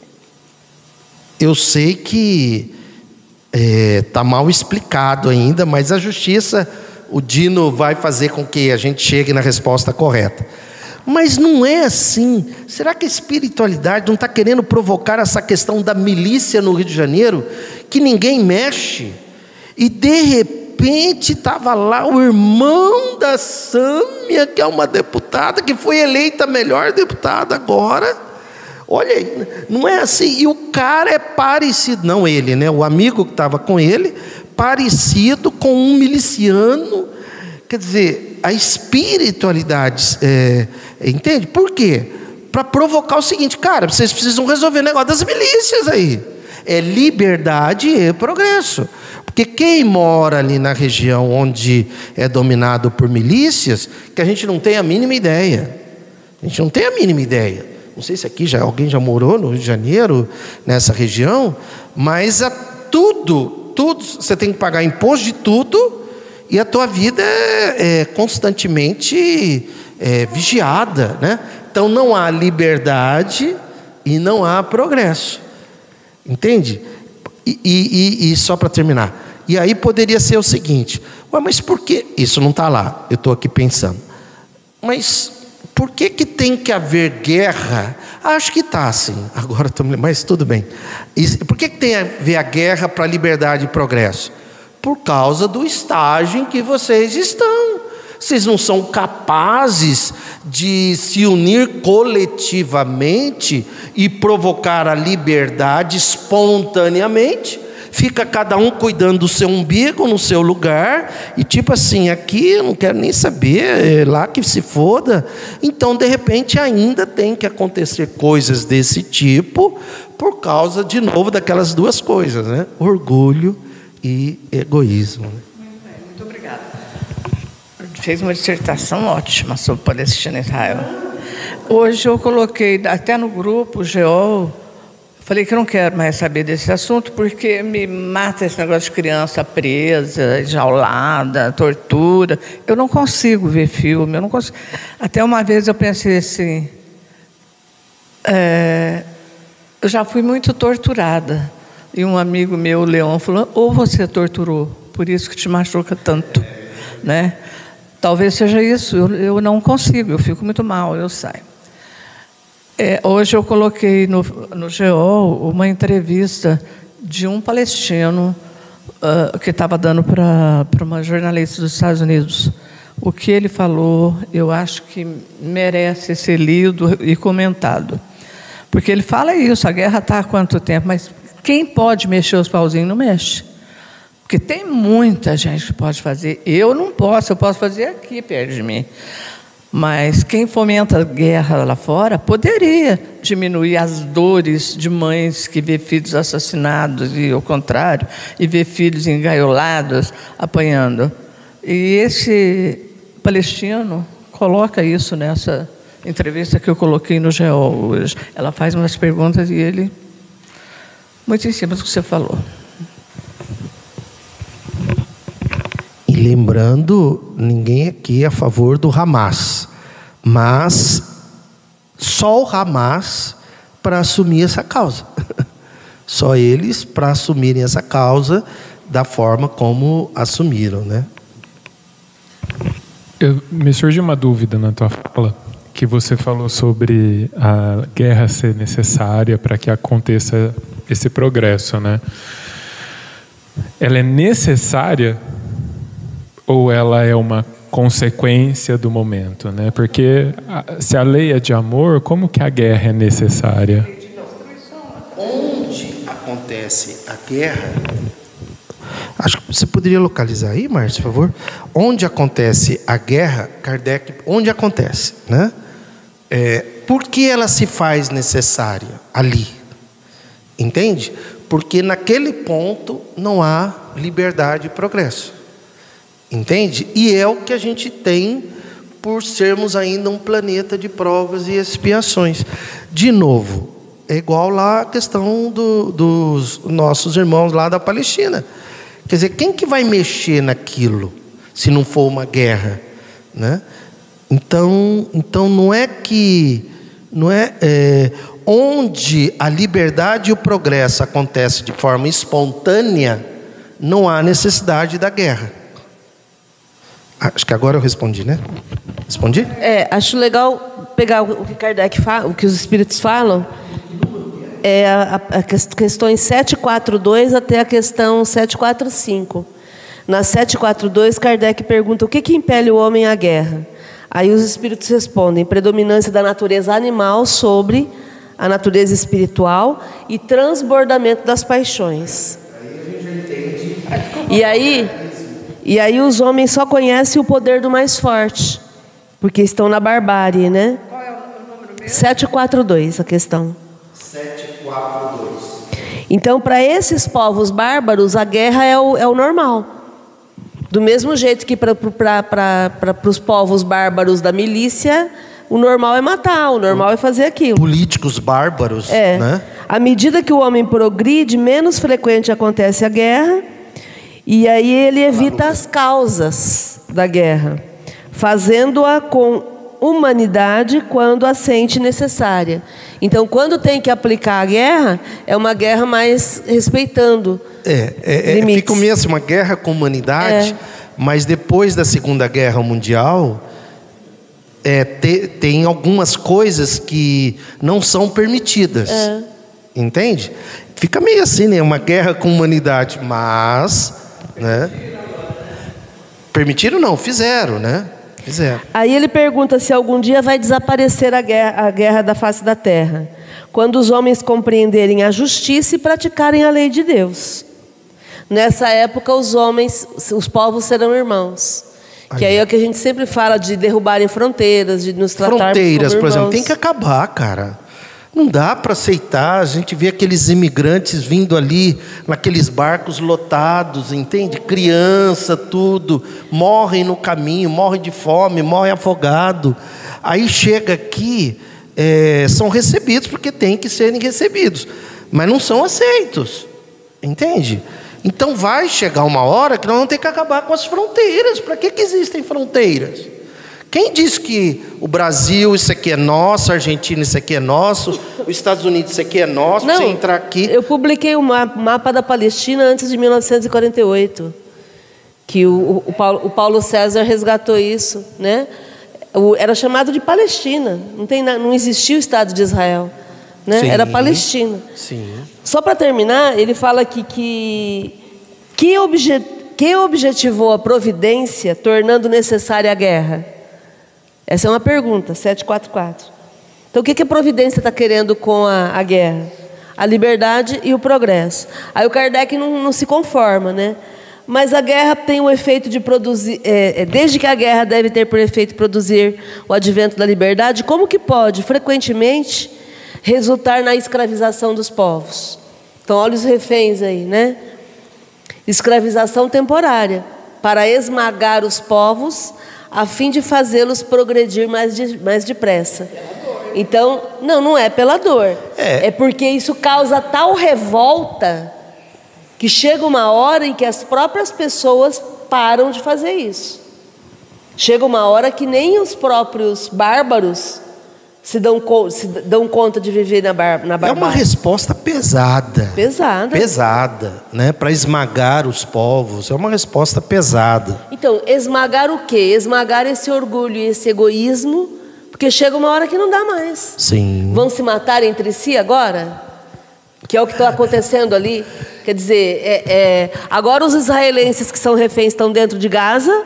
Eu sei que está mal explicado ainda, mas a justiça, o Dino vai fazer com que a gente chegue na resposta correta. Mas não é assim. Será que a espiritualidade não está querendo provocar essa questão da milícia no Rio de Janeiro? que ninguém mexe, e de repente estava lá o irmão da Sâmia, que é uma deputada, que foi eleita a melhor deputada agora. Olha aí, não é assim, e o cara é parecido, não ele, né? O amigo que estava com ele, parecido com um miliciano. Quer dizer, a espiritualidade, entende? Por quê? Para provocar o seguinte, cara, vocês precisam resolver o negócio das milícias aí. É liberdade e progresso. Porque quem mora ali na região onde é dominado por milícias, que a gente não tem a mínima ideia. A gente não tem a mínima ideia. Não sei se aqui alguém já morou no Rio de Janeiro, nessa região, mas tudo, você tem que pagar imposto de tudo, e a tua vida é constantemente vigiada, né? Então não há liberdade e não há progresso, entende? E só para terminar, e aí poderia ser o seguinte: ué, mas por que isso não está lá? Eu estou aqui pensando, mas por que tem que haver guerra? Acho que está assim, agora mas tudo bem. Por que tem a ver a guerra para liberdade e progresso? Por causa do estágio em que vocês estão. Vocês não são capazes de se unir coletivamente e provocar a liberdade espontaneamente. Fica cada um cuidando do seu umbigo no seu lugar, e tipo assim, aqui eu não quero nem saber, lá que se foda. Então de repente ainda tem que acontecer coisas desse tipo, por causa de novo daquelas duas coisas, né? Orgulho e egoísmo. Muito obrigada. Fez uma dissertação ótima sobre Palestina e Israel. Hoje eu coloquei até no grupo GO. Falei que eu não quero mais saber desse assunto, porque me mata esse negócio de criança presa, enjaulada, tortura. Eu não consigo ver filme, eu não consigo. Até uma vez eu pensei assim, eu já fui muito torturada. E um amigo meu, o Leon, falou, ou você torturou, por isso que te machuca tanto, né? Talvez seja isso, eu não consigo, eu fico muito mal, eu saio. Hoje eu coloquei no GO uma entrevista de um palestino que estava dando para uma jornalista dos Estados Unidos. O que ele falou, eu acho que merece ser lido e comentado. Porque ele fala isso, a guerra está há quanto tempo, mas quem pode mexer os pauzinhos não mexe. Porque tem muita gente que pode fazer. Eu não posso, eu posso fazer aqui perto de mim. Mas quem fomenta a guerra lá fora poderia diminuir as dores de mães que vê filhos assassinados e ao contrário, e vê filhos engaiolados, apanhando. E esse palestino coloca isso nessa entrevista que eu coloquei no GO hoje. Ela faz umas perguntas e ele, muito em cima do que você falou. E lembrando, ninguém aqui é a favor do Hamas, mas só o Hamas para assumir essa causa. Só eles para assumirem essa causa da forma como assumiram, né? Me surgiu uma dúvida na tua fala, que você falou sobre a guerra ser necessária para que aconteça esse progresso, né? Ela é necessária ou ela é uma consequência do momento, né? Porque se a lei é de amor, como que a guerra é necessária? Onde acontece a guerra? Acho que você poderia localizar aí, Márcio, por favor. Onde acontece a guerra, Kardec, onde acontece, né? Por que ela se faz necessária ali? Entende? Porque naquele ponto não há liberdade e progresso. Entende? E é o que a gente tem por sermos ainda um planeta de provas e expiações. De novo, é igual lá a questão dos nossos irmãos lá da Palestina. Quer dizer, quem que vai mexer naquilo se não for uma guerra, né? Então não é onde a liberdade e o progresso acontecem de forma espontânea, não há necessidade da guerra. Acho que agora eu respondi, né? Respondi? Acho legal pegar o que Kardec fala, o que os espíritos falam. questões 742 até a questão 745. Na 742, Kardec pergunta o que impele o homem à guerra. Aí os espíritos respondem: predominância da natureza animal sobre a natureza espiritual e transbordamento das paixões. E aí os homens só conhecem o poder do mais forte, porque estão na barbárie, né? Qual é o número mesmo? 742, a questão. 742. Então, para esses povos bárbaros, a guerra é o normal. Do mesmo jeito que para os povos bárbaros da milícia, o normal é matar, o normal é fazer aquilo. Políticos bárbaros, né? À medida que o homem progride, menos frequente acontece a guerra, e aí ele evita as causas da guerra, fazendo-a com humanidade quando a sente necessária. Então, quando tem que aplicar a guerra, é uma guerra mais respeitando limites. Fica mesmo uma guerra com a humanidade, mas depois da Segunda Guerra Mundial, tem algumas coisas que não são permitidas. Entende? Fica meio assim, né? Uma guerra com a humanidade, mas... né? Permitiram não, fizeram, né? Fizeram. Aí ele pergunta se algum dia vai desaparecer a guerra da face da terra, quando os homens compreenderem a justiça e praticarem a lei de Deus. Nessa época os povos serão irmãos. Que aí é o que a gente sempre fala de derrubarem fronteiras, de nos tratarmos como irmãos. Por exemplo, tem que acabar, cara. Não dá para aceitar. A gente vê aqueles imigrantes vindo ali naqueles barcos lotados, entende? Criança, tudo, morrem no caminho, morrem de fome, morrem afogado. Aí chega aqui, são recebidos porque tem que serem recebidos, mas não são aceitos, entende? Então vai chegar uma hora que nós vamos ter que acabar com as fronteiras. Para que existem fronteiras? Quem diz que o Brasil, isso aqui é nosso, a Argentina, isso aqui é nosso, os Estados Unidos, isso aqui é nosso, não, você entrar aqui... Eu publiquei o mapa da Palestina antes de 1948, que o Paulo César resgatou isso, né? Era chamado de Palestina, não existia o Estado de Israel, né? Sim, era Palestina. Sim. Só para terminar, ele fala aqui que objetivou a providência tornando necessária a guerra? Essa é uma pergunta, 744. Então, o que a providência está querendo com a guerra? A liberdade e o progresso. Aí o Kardec não se conforma, né? Mas a guerra tem o efeito de produzir... desde que a guerra deve ter por efeito produzir o advento da liberdade, como que pode, frequentemente, resultar na escravização dos povos? Então, olha os reféns aí, né? Escravização temporária, para esmagar os povos, a fim de fazê-los progredir mais depressa. Então, não é pela dor. É porque isso causa tal revolta que chega uma hora em que as próprias pessoas param de fazer isso. Chega uma hora que nem os próprios bárbaros se dão conta de viver na barbárie. É uma resposta pesada. Pesada, né? Para esmagar os povos. É uma resposta pesada. Então, esmagar o quê? Esmagar esse orgulho e esse egoísmo, porque chega uma hora que não dá mais. Sim. Vão se matar entre si agora? Que é o que está acontecendo ali. Quer dizer, agora os israelenses que são reféns estão dentro de Gaza,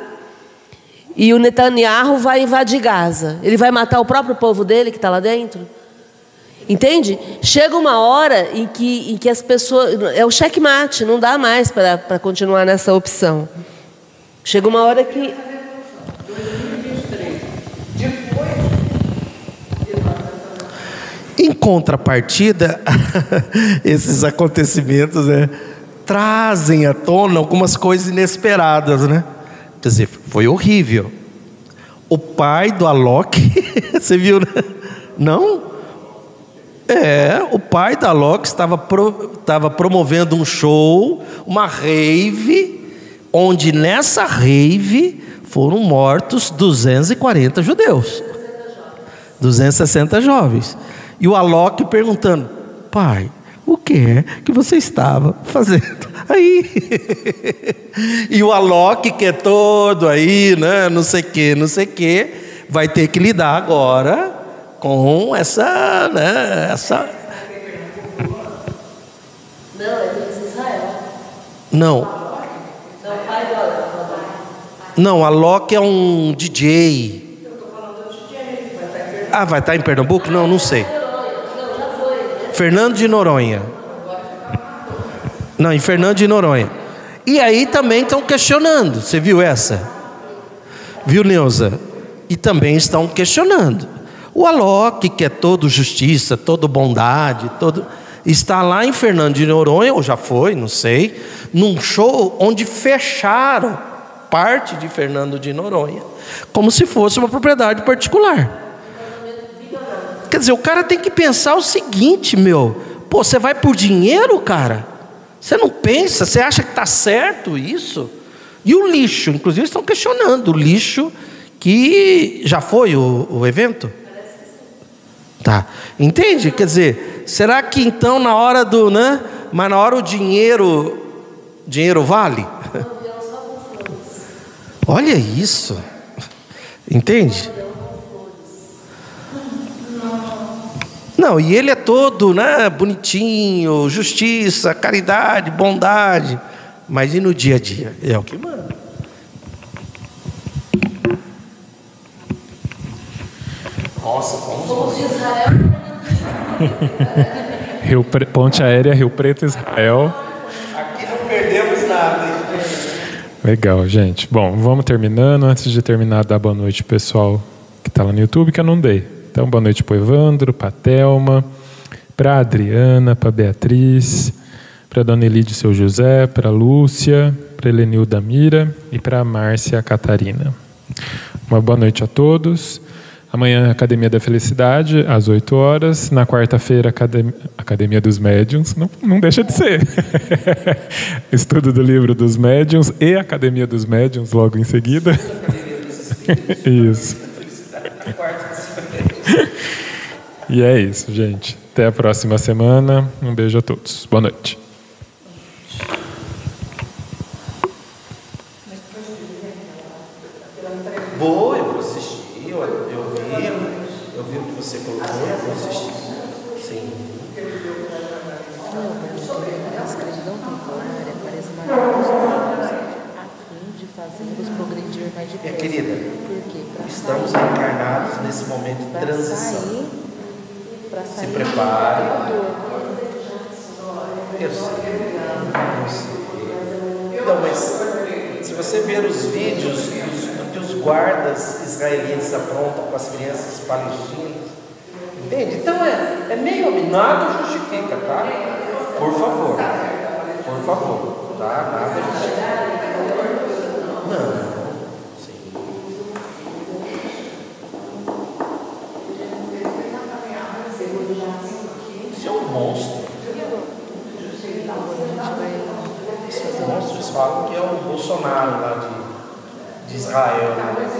e o Netanyahu vai invadir Gaza. Ele vai matar o próprio povo dele que está lá dentro? Entende? Chega uma hora em que as pessoas... É o checkmate, não dá mais para continuar nessa opção. Chega uma hora que... Em contrapartida, esses acontecimentos trazem à tona algumas coisas inesperadas, né? Quer dizer, foi horrível. O pai do Alok, você viu, né? Não? O pai da Alok estava promovendo um show, uma rave, onde nessa rave foram mortos 240 judeus. 260 jovens. E o Alok perguntando: pai, o que é que você estava fazendo aí? E o Alok, que é todo aí, né, não sei o que, vai ter que lidar agora com essa, né, Não, é de Israel. Não. Não, pai do Alok. Não, Alok é um DJ. Ah, vai estar em Pernambuco? Não, não sei. Fernando de Noronha. Não, em Fernando de Noronha. E aí também estão questionando. Você viu essa? Viu, Neuza? E também estão questionando. O Alok, que é todo justiça, todo bondade, está lá em Fernando de Noronha, ou já foi, não sei, num show onde fecharam parte de Fernando de Noronha, como se fosse uma propriedade particular. Quer dizer, o cara tem que pensar o seguinte, pô, você vai por dinheiro, cara? Você não pensa, você acha que está certo isso? E o lixo, inclusive estão questionando o lixo, que já foi o evento? Tá, entende? Quer dizer, será que então na hora mas na hora o dinheiro vale? Olha isso, entende? Não, e ele é todo, bonitinho, justiça, caridade, bondade, mas e no dia a dia? É o que manda. Nossa, vamos de Israel. Ponte aérea Rio Preto, Israel. Aqui não perdemos nada, hein? Legal, gente. Bom, vamos terminando. Antes de terminar, dar boa noite pro pessoal que está lá no YouTube, que eu não dei. Então, boa noite para o Evandro, para a Thelma, para a Adriana, para a Beatriz, para a Dona Elide Seu José, para a Lúcia, para a Helenilda Mira e para a Márcia Catarina. Uma boa noite a todos. Amanhã, Academia da Felicidade, às 8 horas. Na quarta-feira, Academia dos Médiuns. Não deixa de ser. Estudo do livro dos Médiuns e Academia dos Médiuns, logo em seguida. Isso. E é isso, gente. Até a próxima semana. Um beijo a todos. Boa noite. Boa, eu vou assistir. Eu vi o que você colocou, eu vou assistir. Sim. A escravidão temporária parece maravilhosa a fim de fazê-los progredir mais depressa. Querida, estamos encarnados nesse momento de transição. Se prepare. Eu sei. Então, mas se você ver os vídeos do que os guardas israelitas aprontam com as crianças palestinas, entende? Então é meio nada justifica, tá? Por favor, tá? Nada justifica. Não. Isso é um monstro. Os monstros falam que é o Bolsonaro lá de Israel.